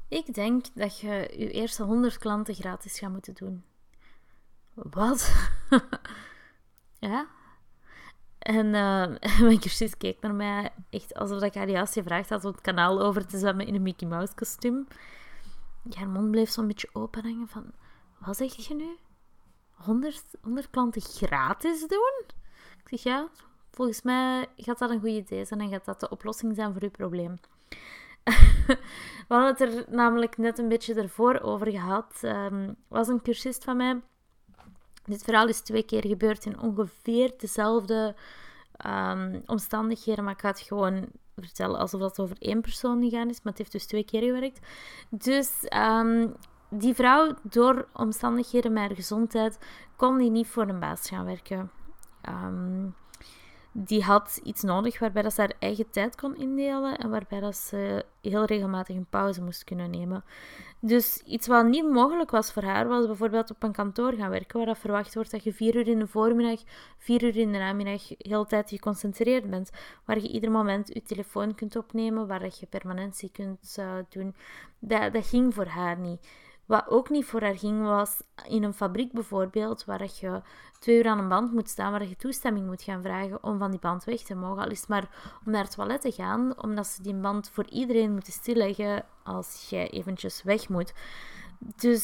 Ik denk dat je je eerste 100 klanten gratis gaat moeten doen. Wat? Ja? En mijn cursist keek naar mij echt alsof ik haar juist gevraagd had om het kanaal over te zwemmen in een Mickey Mouse kostuum. Haar mond bleef zo'n beetje open hangen van... Wat zeg je nu? 100 klanten gratis doen? Ik zeg ja, volgens mij gaat dat een goed idee zijn en gaat dat de oplossing zijn voor uw probleem. We hadden het er namelijk net een beetje ervoor over gehad. Was een cursist van mij. Dit verhaal is 2 keer gebeurd in ongeveer dezelfde omstandigheden, maar ik ga het gewoon vertellen alsof het over 1 persoon gegaan is, maar het heeft dus 2 keer gewerkt. Dus die vrouw, door omstandigheden met haar gezondheid, kon die niet voor een baas gaan werken. Die had iets nodig waarbij dat ze haar eigen tijd kon indelen en waarbij dat ze heel regelmatig een pauze moest kunnen nemen. Dus iets wat niet mogelijk was voor haar, was bijvoorbeeld op een kantoor gaan werken, waar dat verwacht wordt dat je 4 uur in de voormiddag, 4 uur in de namiddag de hele tijd geconcentreerd bent. Waar je ieder moment je telefoon kunt opnemen, waar dat je permanentie kunt doen. Dat ging voor haar niet. Wat ook niet voor haar ging, was in een fabriek bijvoorbeeld, waar dat je 2 uur aan een band moet staan, waar je toestemming moet gaan vragen om van die band weg te mogen. Al is het maar om naar het toilet te gaan, omdat ze die band voor iedereen moeten stilleggen als jij eventjes weg moet. Dus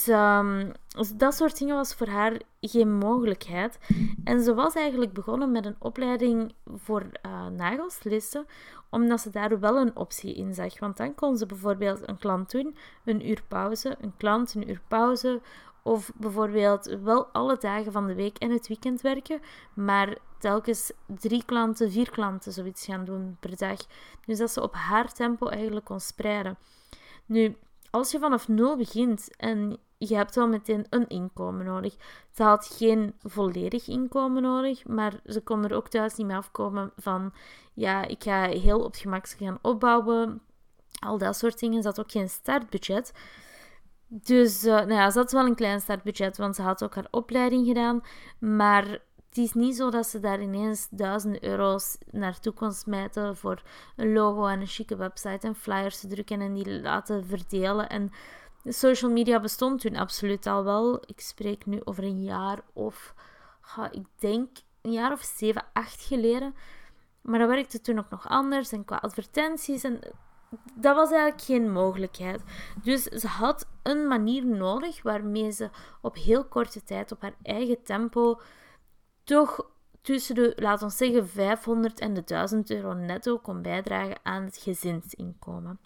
dat soort dingen was voor haar geen mogelijkheid. En ze was eigenlijk begonnen met een opleiding voor nagelslissen, omdat ze daar wel een optie in zag. Want dan kon ze bijvoorbeeld een klant doen, een uur pauze, een klant een uur pauze, of bijvoorbeeld wel alle dagen van de week en het weekend werken, maar telkens 3 klanten, 4 klanten zoiets gaan doen per dag. Dus dat ze op haar tempo eigenlijk kon spreiden. Nu, als je vanaf 0 begint en je hebt wel meteen een inkomen nodig. Ze had geen volledig inkomen nodig, maar ze kon er ook thuis niet mee afkomen van... Ja, ik ga heel op het gemak gaan opbouwen. Al dat soort dingen. Ze had ook geen startbudget. Dus ze had wel een klein startbudget, want ze had ook haar opleiding gedaan. Maar het is niet zo dat ze daar ineens 1000 euro's naartoe kon smijten voor een logo en een chique website en flyers te drukken en die laten verdelen. En social media bestond toen absoluut al wel. Ik spreek nu over een jaar of... ik denk een jaar of 7, 8 geleden. Maar dat werkte toen ook nog anders en qua advertenties en... Dat was eigenlijk geen mogelijkheid. Dus ze had een manier nodig waarmee ze op heel korte tijd, op haar eigen tempo, toch tussen de, laten we zeggen, 500 en de 1000 euro netto kon bijdragen aan het gezinsinkomen.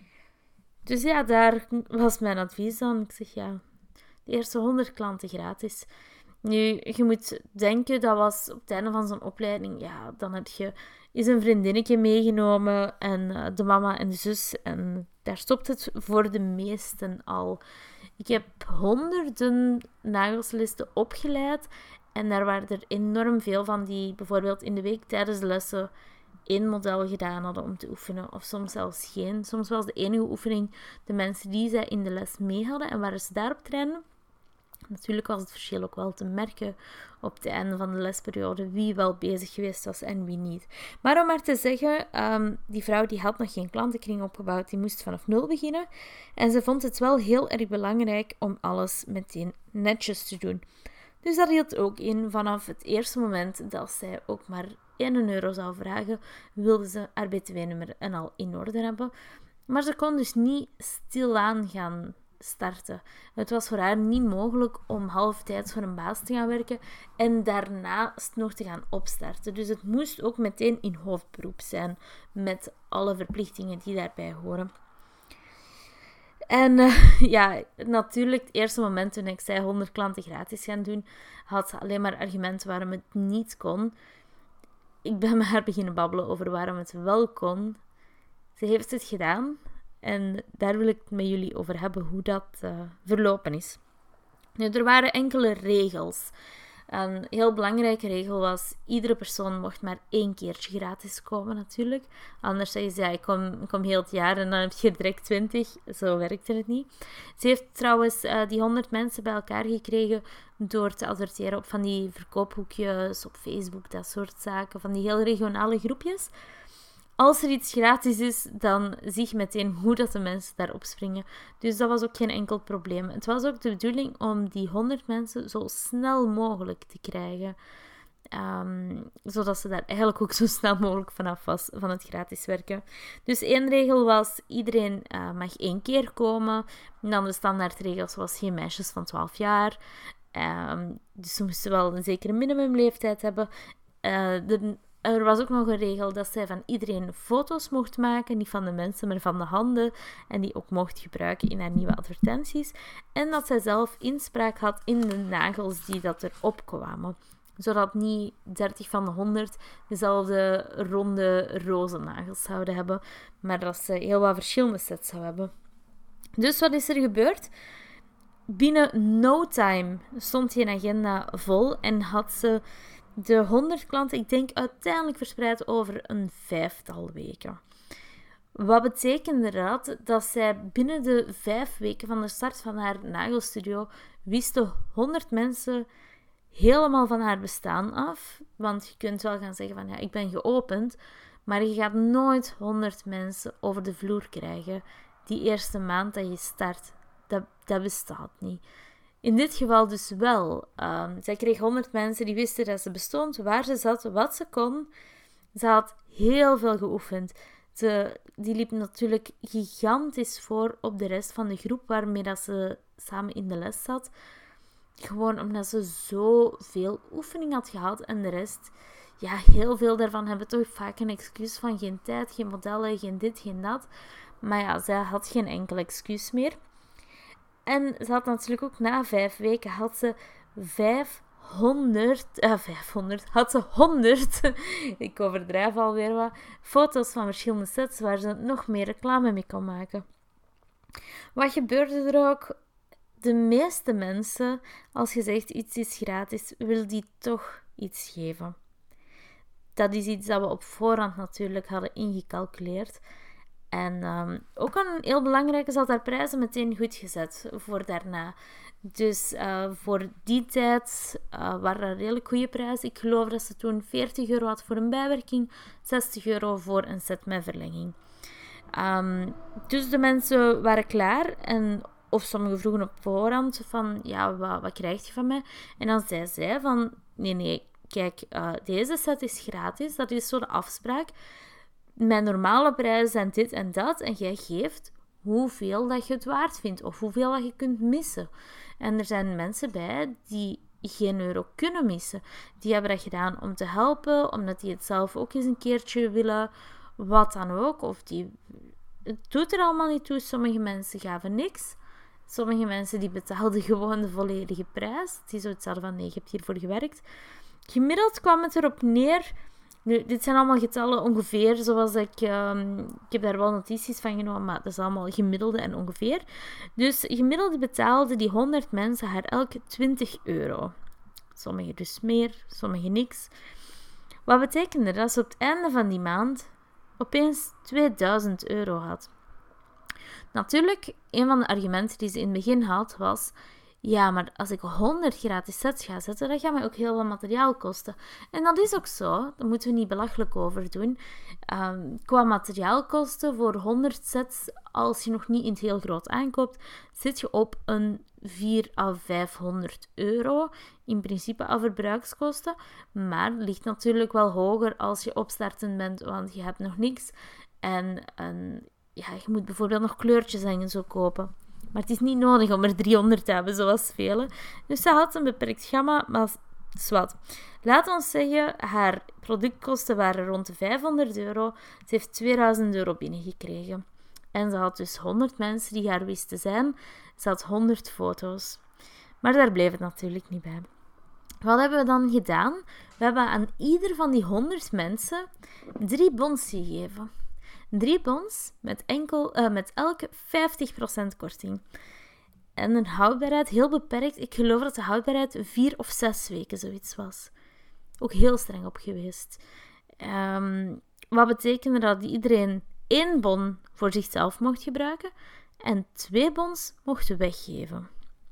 Dus ja, daar was mijn advies aan. Ik zeg ja, de eerste 100 klanten gratis. Nu, je moet denken, dat was op het einde van zo'n opleiding, ja, dan heb je eens een vriendinnetje meegenomen en de mama en de zus. En daar stopt het voor de meesten al. Ik heb honderden nagelslisten opgeleid en daar waren er enorm veel van die bijvoorbeeld in de week tijdens de lessen 1 model gedaan hadden om te oefenen, of soms zelfs geen. Soms was de enige oefening de mensen die zij in de les mee hadden en waren ze daarop trainen. Natuurlijk was het verschil ook wel te merken op het einde van de lesperiode wie wel bezig geweest was en wie niet. Maar om maar te zeggen, die vrouw die had nog geen klantenkring opgebouwd, die moest vanaf 0 beginnen. En ze vond het wel heel erg belangrijk om alles meteen netjes te doen. Dus dat hield ook in, vanaf het eerste moment dat zij ook maar 1 euro zou vragen, wilde ze haar btw-nummer en al in orde hebben. Maar ze kon dus niet stilaan gaan starten. Het was voor haar niet mogelijk om halftijds voor een baas te gaan werken en daarnaast nog te gaan opstarten. Dus het moest ook meteen in hoofdberoep zijn met alle verplichtingen die daarbij horen. En natuurlijk het eerste moment toen ik zei 100 klanten gratis gaan doen, had ze alleen maar argumenten waarom het niet kon. Ik ben met haar beginnen babbelen over waarom het wel kon. Ze heeft het gedaan. En daar wil ik het met jullie over hebben, hoe dat verlopen is. Nu, er waren enkele regels. Een heel belangrijke regel was, iedere persoon mocht maar 1 keertje gratis komen natuurlijk. Anders zeggen ze, ja, ik kom heel het jaar en dan heb je er direct 20. Zo werkte het niet. Ze heeft trouwens die 100 mensen bij elkaar gekregen door te adverteren op van die verkoophoekjes, op Facebook, dat soort zaken. Van die heel regionale groepjes. als er iets gratis is, dan zie je meteen hoe dat de mensen daarop springen. Dus dat was ook geen enkel probleem. Het was ook de bedoeling om die 100 mensen zo snel mogelijk te krijgen. Zodat ze daar eigenlijk ook zo snel mogelijk vanaf was, van het gratis werken. Dus één regel was, iedereen mag 1 keer komen. En dan de standaardregels was geen meisjes van 12 jaar. Dus ze moesten wel een zekere minimumleeftijd hebben. Er was ook nog een regel dat zij van iedereen foto's mocht maken. Niet van de mensen, maar van de handen. En die ook mocht gebruiken in haar nieuwe advertenties. En dat zij zelf inspraak had in de nagels die dat erop kwamen. Zodat niet 30 van de 100 dezelfde ronde roze nagels zouden hebben. Maar dat ze heel wat verschillende sets zou hebben. Dus wat is er gebeurd? Binnen no time stond die agenda vol en had ze de 100 klanten, ik denk uiteindelijk verspreid over een 5-tal weken. Wat betekende dat? Dat zij binnen de 5 weken van de start van haar nagelstudio wisten 100 mensen helemaal van haar bestaan af. Want je kunt wel gaan zeggen van ja, ik ben geopend, maar je gaat nooit 100 mensen over de vloer krijgen die eerste maand dat je start. Dat bestaat niet. In dit geval dus wel. Zij kreeg 100 mensen die wisten dat ze bestond, waar ze zat, wat ze kon. Ze had heel veel geoefend. Die liep natuurlijk gigantisch voor op de rest van de groep waarmee dat ze samen in de les zat. Gewoon omdat ze zoveel oefening had gehad en de rest, ja, heel veel daarvan hebben toch vaak een excuus van geen tijd, geen modellen, geen dit, geen dat. Maar ja, zij had geen enkel excuus meer. En ze had natuurlijk ook na 5 weken had ze 100, ik overdrijf alweer wat, foto's van verschillende sets waar ze nog meer reclame mee kon maken. Wat gebeurde er ook? De meeste mensen, als je zegt iets is gratis, wil die toch iets geven. Dat is iets dat we op voorhand natuurlijk hadden ingecalculeerd. En ook een heel belangrijke is dat haar prijzen meteen goed gezet voor daarna. Dus voor die tijd waren er redelijk goede prijzen. Ik geloof dat ze toen €40 had voor een bijwerking, €60 voor een set met verlenging. Dus de mensen waren klaar of sommigen vroegen op voorhand van, ja, wat krijg je van mij? En dan zei zij van, nee, kijk, deze set is gratis, dat is zo de afspraak. Mijn normale prijzen zijn dit en dat en jij geeft hoeveel dat je het waard vindt of hoeveel dat je kunt missen. En er zijn mensen bij die geen euro kunnen missen. Die hebben dat gedaan om te helpen, omdat die het zelf ook eens een keertje willen, wat dan ook. Of het doet er allemaal niet toe. Sommige mensen gaven niks. Sommige mensen die betaalden gewoon de volledige prijs. Die zoiets hadden van, nee, je hebt hiervoor gewerkt. Gemiddeld kwam het erop neer. Nu, dit zijn allemaal getallen ongeveer, zoals ik heb daar wel notities van genomen, maar dat is allemaal gemiddelde en ongeveer. Dus gemiddeld betaalden die 100 mensen haar elke €20. Sommigen dus meer, sommigen niks. Wat betekende dat ze op het einde van die maand opeens €2000 had. Natuurlijk, een van de argumenten die ze in het begin had was, ja, maar als ik 100 gratis sets ga zetten, dan gaat mij ook heel veel materiaal kosten. En dat is ook zo, daar moeten we niet belachelijk over doen. Qua materiaalkosten voor 100 sets, als je nog niet in het heel groot aankoopt, zit je op een €400 à €500 in principe aan verbruikskosten. Maar het ligt natuurlijk wel hoger als je opstartend bent, want je hebt nog niks. En ja, je moet bijvoorbeeld nog kleurtjes en zo kopen. Maar het is niet nodig om er 300 te hebben, zoals velen. Dus ze had een beperkt gamma, maar zwart. Laat ons zeggen, haar productkosten waren rond de €500. Ze heeft €2000 binnengekregen. En ze had dus 100 mensen die haar wisten zijn. Ze had 100 foto's. Maar daar bleef het natuurlijk niet bij. Wat hebben we dan gedaan? We hebben aan ieder van die 100 mensen 3 bons gegeven. 3 bons met elke 50% korting. En een houdbaarheid heel beperkt. Ik geloof dat de houdbaarheid 4 of 6 weken zoiets was. Ook heel streng op geweest. Wat betekende dat iedereen 1 bon voor zichzelf mocht gebruiken en 2 bons mocht weggeven.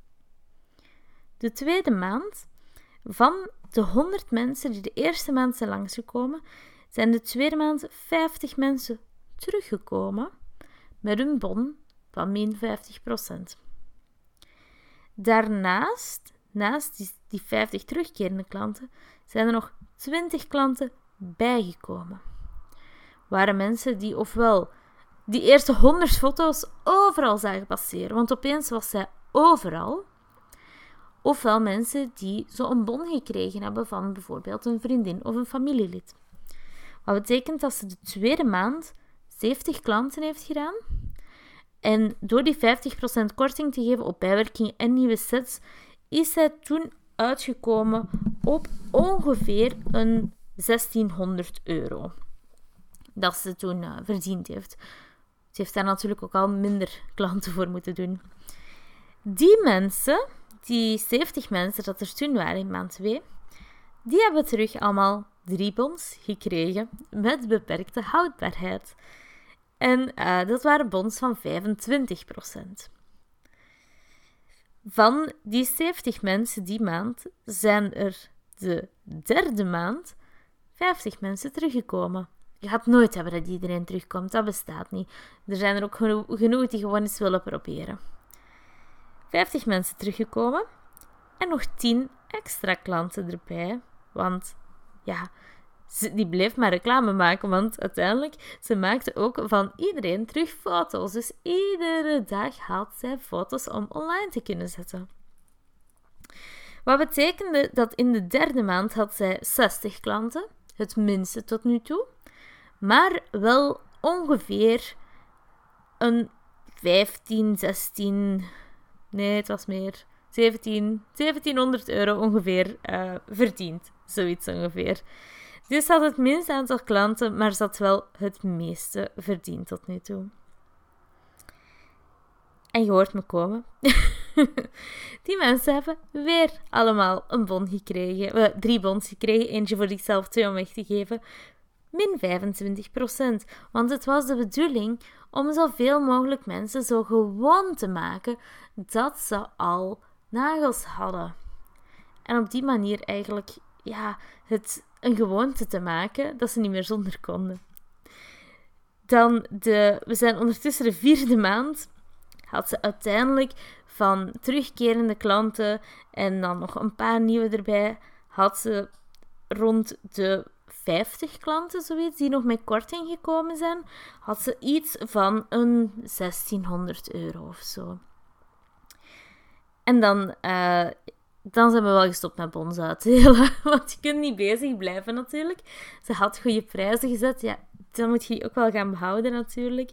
De tweede maand, van de 100 mensen die de eerste maand zijn langsgekomen, zijn de tweede maand 50 mensen teruggekomen met een bon van min 50%. Daarnaast, naast die 50 terugkerende klanten, zijn er nog 20 klanten bijgekomen. Waren mensen die ofwel die eerste 100 foto's overal zagen passeren, want opeens was zij overal. Ofwel mensen die zo'n bon gekregen hebben van bijvoorbeeld een vriendin of een familielid. Wat betekent dat ze de tweede maand 70 klanten heeft gedaan. En door die 50% korting te geven op bijwerkingen en nieuwe sets, is zij toen uitgekomen op ongeveer een €1600 dat ze toen verdiend heeft. Ze heeft daar natuurlijk ook al minder klanten voor moeten doen. Die mensen, die 70 mensen dat er toen waren in maand 2, die hebben terug allemaal 3 bons gekregen met beperkte houdbaarheid. En dat waren bons van 25%. Van die 70 mensen die maand zijn er de derde maand 50 mensen teruggekomen. Je gaat nooit hebben dat iedereen terugkomt, dat bestaat niet. Er zijn er ook genoeg die gewoon eens willen proberen. 50 mensen teruggekomen en nog 10 extra klanten erbij. Want ja, die bleef maar reclame maken, want uiteindelijk, ze maakte ook van iedereen terug foto's. Dus iedere dag had zij foto's om online te kunnen zetten. Wat betekende dat in de derde maand had zij 60 klanten, het minste tot nu toe, maar wel ongeveer een 15, 16, nee, het was meer, €1700 ongeveer verdiend. Zoiets ongeveer. Dus ze had het minste aantal klanten, maar ze had wel het meeste verdiend tot nu toe. En je hoort me komen. Die mensen hebben weer allemaal een bon gekregen. 3 bons gekregen. Eentje voor zichzelf, 2 om weg te geven. Min 25%. Want het was de bedoeling om zoveel mogelijk mensen zo gewoon te maken dat ze al nagels hadden. En op die manier eigenlijk het een gewoonte te maken dat ze niet meer zonder konden. We zijn ondertussen de 4e maand. Had ze uiteindelijk van terugkerende klanten en dan nog een paar nieuwe erbij, had ze rond de 50 klanten, zoiets, die nog met korting gekomen zijn, had ze iets van een €1600 of zo. En dan zijn we wel gestopt met bons uitdelen, want je kunt niet bezig blijven natuurlijk. Ze had goede prijzen gezet, ja, dan moet je die ook wel gaan behouden natuurlijk.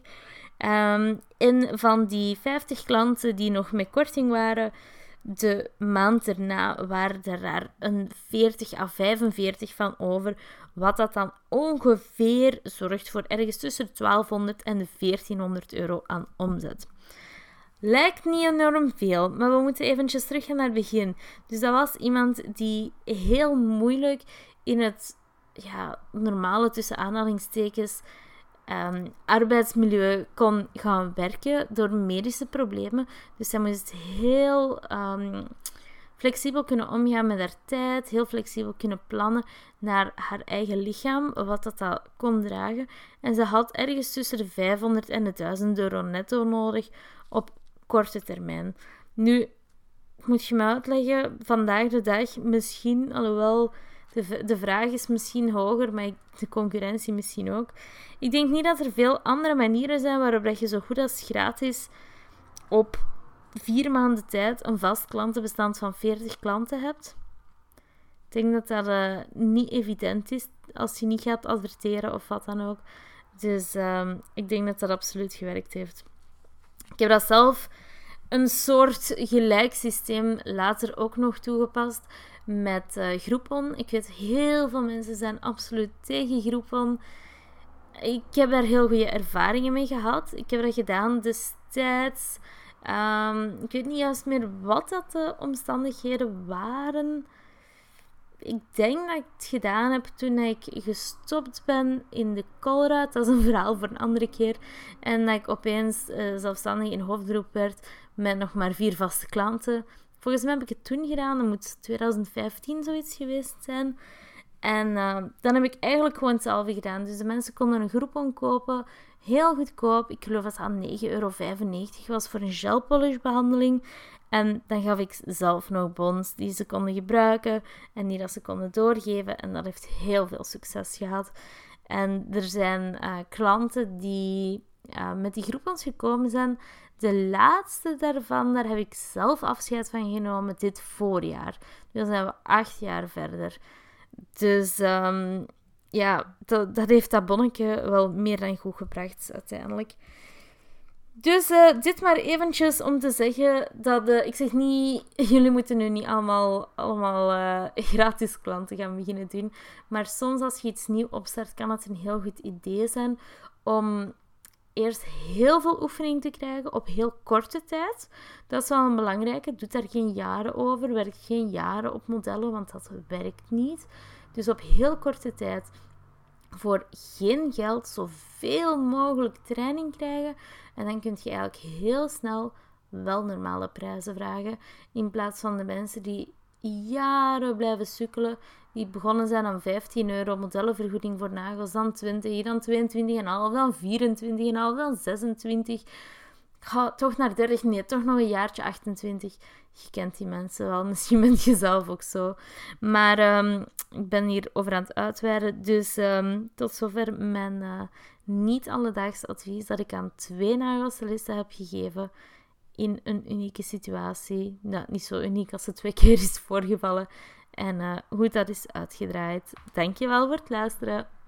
En van die 50 klanten die nog met korting waren, de maand erna waren er daar een 40 à 45 van over, wat dat dan ongeveer zorgt voor ergens tussen de €1200 en de €1400 aan omzet. Lijkt niet enorm veel, maar we moeten eventjes terug gaan naar het begin. Dus dat was iemand die heel moeilijk in het normale, tussen aanhalingstekens, arbeidsmilieu kon gaan werken door medische problemen. Dus zij moest heel flexibel kunnen omgaan met haar tijd, heel flexibel kunnen plannen naar haar eigen lichaam, wat dat kon dragen. En ze had ergens tussen de €500 en de €1000 netto nodig op korte termijn. Nu, moet je me uitleggen, vandaag de dag misschien, alhoewel de vraag is misschien hoger, maar de concurrentie misschien ook. Ik denk niet dat er veel andere manieren zijn waarop je zo goed als gratis op 4 maanden tijd een vast klantenbestand van 40 klanten hebt. Ik denk dat dat niet evident is als je niet gaat adverteren of wat dan ook. Dus ik denk dat dat absoluut gewerkt heeft. Ik heb dat zelf een soort gelijk systeem later ook nog toegepast met Groupon. Ik weet, heel veel mensen zijn absoluut tegen Groupon. Ik heb daar heel goede ervaringen mee gehad. Ik heb dat gedaan destijds. Ik weet niet juist meer wat dat de omstandigheden waren. Ik denk dat ik het gedaan heb toen ik gestopt ben in de Colruyt. Dat is een verhaal voor een andere keer. En dat ik opeens zelfstandig in hoofdberoep werd met nog maar 4 vaste klanten. Volgens mij heb ik het toen gedaan. Dat moet 2015 zoiets geweest zijn. En dan heb ik eigenlijk gewoon hetzelfde gedaan. Dus de mensen konden een Groupon kopen. Heel goedkoop. Ik geloof dat het aan €9,95 was voor een gelpolishbehandeling. En dan gaf ik zelf nog bons die ze konden gebruiken en die dat ze konden doorgeven. En dat heeft heel veel succes gehad. En er zijn klanten die met die Groupons gekomen zijn. De laatste daarvan, daar heb ik zelf afscheid van genomen dit voorjaar. Dus dan zijn we 8 jaar verder. Dus dat heeft dat bonnetje wel meer dan goed gebracht uiteindelijk. Dus dit maar eventjes om te zeggen dat... ik zeg niet, jullie moeten nu niet allemaal gratis klanten gaan beginnen doen. Maar soms als je iets nieuw opstart, kan het een heel goed idee zijn om eerst heel veel oefening te krijgen op heel korte tijd. Dat is wel een belangrijke. Doe daar geen jaren over. Werk geen jaren op modellen, want dat werkt niet. Dus op heel korte tijd voor geen geld zoveel mogelijk training krijgen. En dan kun je eigenlijk heel snel wel normale prijzen vragen. In plaats van de mensen die jaren blijven sukkelen. Die begonnen zijn aan €15 modellenvergoeding voor nagels. Dan 20, dan 22,5, dan 24,5, dan 26. Toch naar 30, nee, toch nog een jaartje 28. Je kent die mensen wel, misschien bent je zelf ook zo. Maar ik ben hier over aan het uitweiden. Dus tot zover mijn niet alledaags advies dat ik aan 2 nagelstylisten heb gegeven in een unieke situatie. Nou, niet zo uniek als het 2 keer is voorgevallen. En hoe dat is uitgedraaid. Dankjewel voor het luisteren.